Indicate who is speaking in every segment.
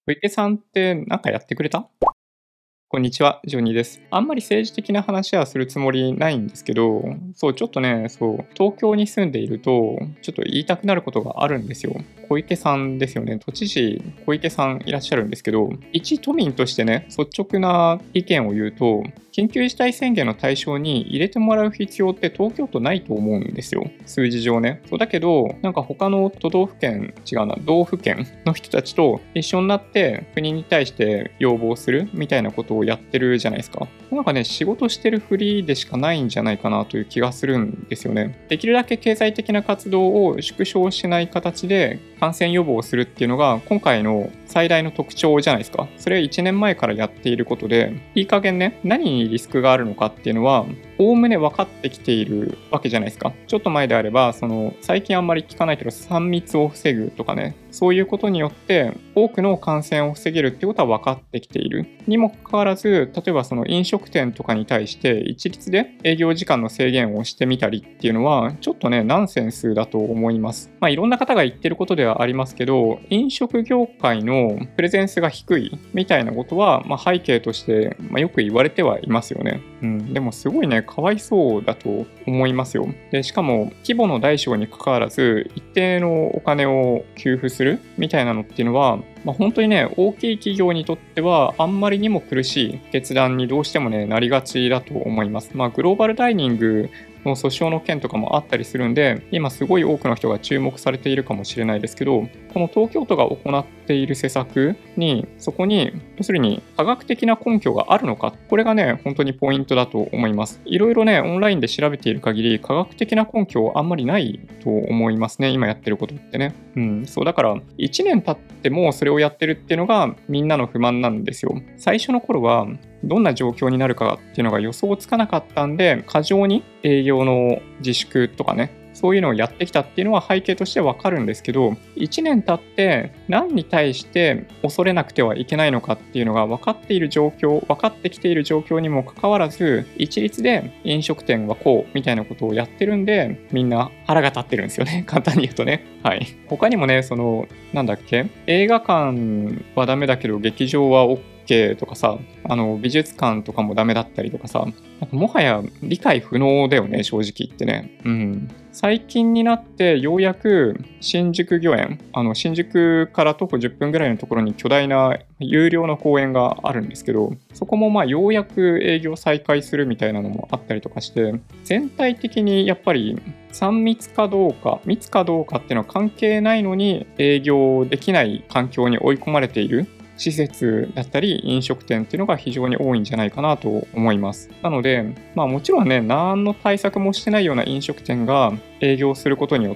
Speaker 1: 小池さんってなんかやってくれた？こんにちは、ジョニーです。あんまり政治的な話はするつもりないんですけど、そう、ちょっとね、そう、東京に住んでいると、ちょっと言いたくなることがあるんですよ。小池さんですよね。都知事、小池さんいらっしゃるんですけど、一都民としてね、率直な意見を言うと、緊急事態宣言の対象に入れてもらう必要って東京都ないと思うんですよ。数字上ね。そうだけど、なんか他の都道府県、違うな、道府県の人たちと一緒になって国に対して要望するみたいなことをやってるじゃないですか。なんかね、仕事してるふりでしかないんじゃないかなという気がするんですよね。できるだけ経済的な活動を縮小しない形で感染予防をするっていうのが今回の最大の特徴じゃないですか。それ1年前からやっていることで、いい加減ね、何にリスクがあるのかっていうのは、おおむね分かってきているわけじゃないですか。ちょっと前であれば、最近あんまり聞かないけど、3密を防ぐとかね、そういうことによって多くの感染を防げるってことは分かってきている。にもかかわらず、例えばその飲食店とかに対して一律で営業時間の制限をしてみたりっていうのは、ちょっとね、ナンセンスだと思います。まあいろんな方が言ってることではありますけど、飲食業界のプレゼンスが低いみたいなことは、まあ、背景として、よく言われてはいますよね。でもすごいね、かわいそうだと思いますよ。で、しかも規模の大小にかかわらず、一定のお金を給付するみたいなのっていうのは、本当にね、大きい企業にとってはあんまりにも苦しい決断にどうしてもね、なりがちだと思います。グローバルダイニングの訴訟の件とかもあったりするんで、今すごい多くの人が注目されているかもしれないですけど、この東京都が行っている施策に、そこに、要するに科学的な根拠があるのか、これがね、本当にポイントだと思います。いろいろね、オンラインで調べている限り、科学的な根拠あんまりないと思いますね、今やってることってね。そうだから、1年経ってもそれをやってるっていうのがみんなの不満なんですよ。最初の頃は、どんな状況になるかっていうのが予想つかなかったんで、過剰に営業の自粛とかね、そういうのをやってきたっていうのは背景としてわかるんですけど、1年経って何に対して恐れなくてはいけないのかっていうのが分かっている状況、分かってきている状況にもかかわらず、一律で飲食店はこうみたいなことをやってるんで、みんな腹が立ってるんですよね。簡単に言うとね。はい。他にもね、なんだっけ、映画館はダメだけど劇場は OK とかさ、美術館とかもダメだったりとかさ、なんかもはや理解不能だよね、正直言ってね。最近になってようやく新宿御苑、新宿から徒歩10分ぐらいのところに巨大な有料の公園があるんですけど、そこもようやく営業再開するみたいなのもあったりとかして、全体的にやっぱり3密かどうか、密かどうかっていうのは関係ないのに営業できない環境に追い込まれている施設だったり飲食店っていうのが非常に多いんじゃないかなと思います。なので、もちろんね、何の対策もしてないような飲食店が営業することによって、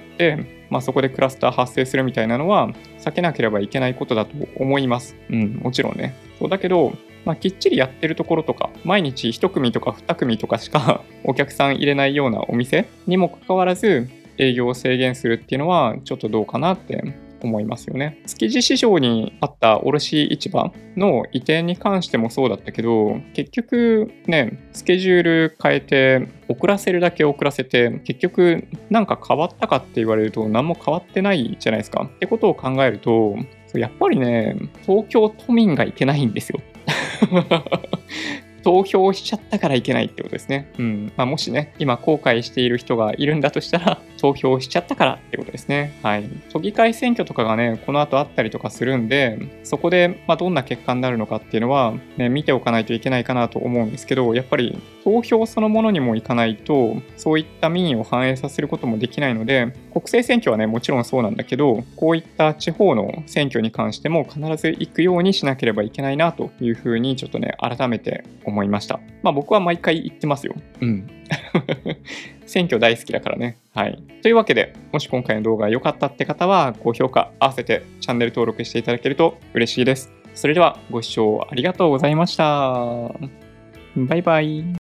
Speaker 1: そこでクラスター発生するみたいなのは避けなければいけないことだと思います。もちろんね。そうだけど、きっちりやってるところとか、毎日1組とか2組とかしかお客さん入れないようなお店にもかかわらず、営業を制限するっていうのはちょっとどうかなって思いますよね。築地市場にあった卸市場の移転に関してもそうだったけど、結局ね、スケジュール変えて、遅らせるだけ遅らせて、結局なんか変わったかって言われると何も変わってないじゃないですか。ってことを考えると、やっぱりね、東京都民がいけないんですよ。投票しちゃったからいけないってことですね。もしね、今後悔している人がいるんだとしたら、投票しちゃったからってことですね。はい。都議会選挙とかがね、この後あったりとかするんで、そこで、どんな結果になるのかっていうのは、ね、見ておかないといけないかなと思うんですけど、やっぱり投票そのものにもいかないと、そういった民意を反映させることもできないので、国政選挙はね、もちろんそうなんだけど、こういった地方の選挙に関しても必ず行くようにしなければいけないなというふうにちょっとね、改めて思いました。僕は毎回言ってますよ。選挙大好きだからね。はい。というわけで、もし今回の動画が良かったって方は、高評価、合わせてチャンネル登録していただけると嬉しいです。それではご視聴ありがとうございました。バイバイ。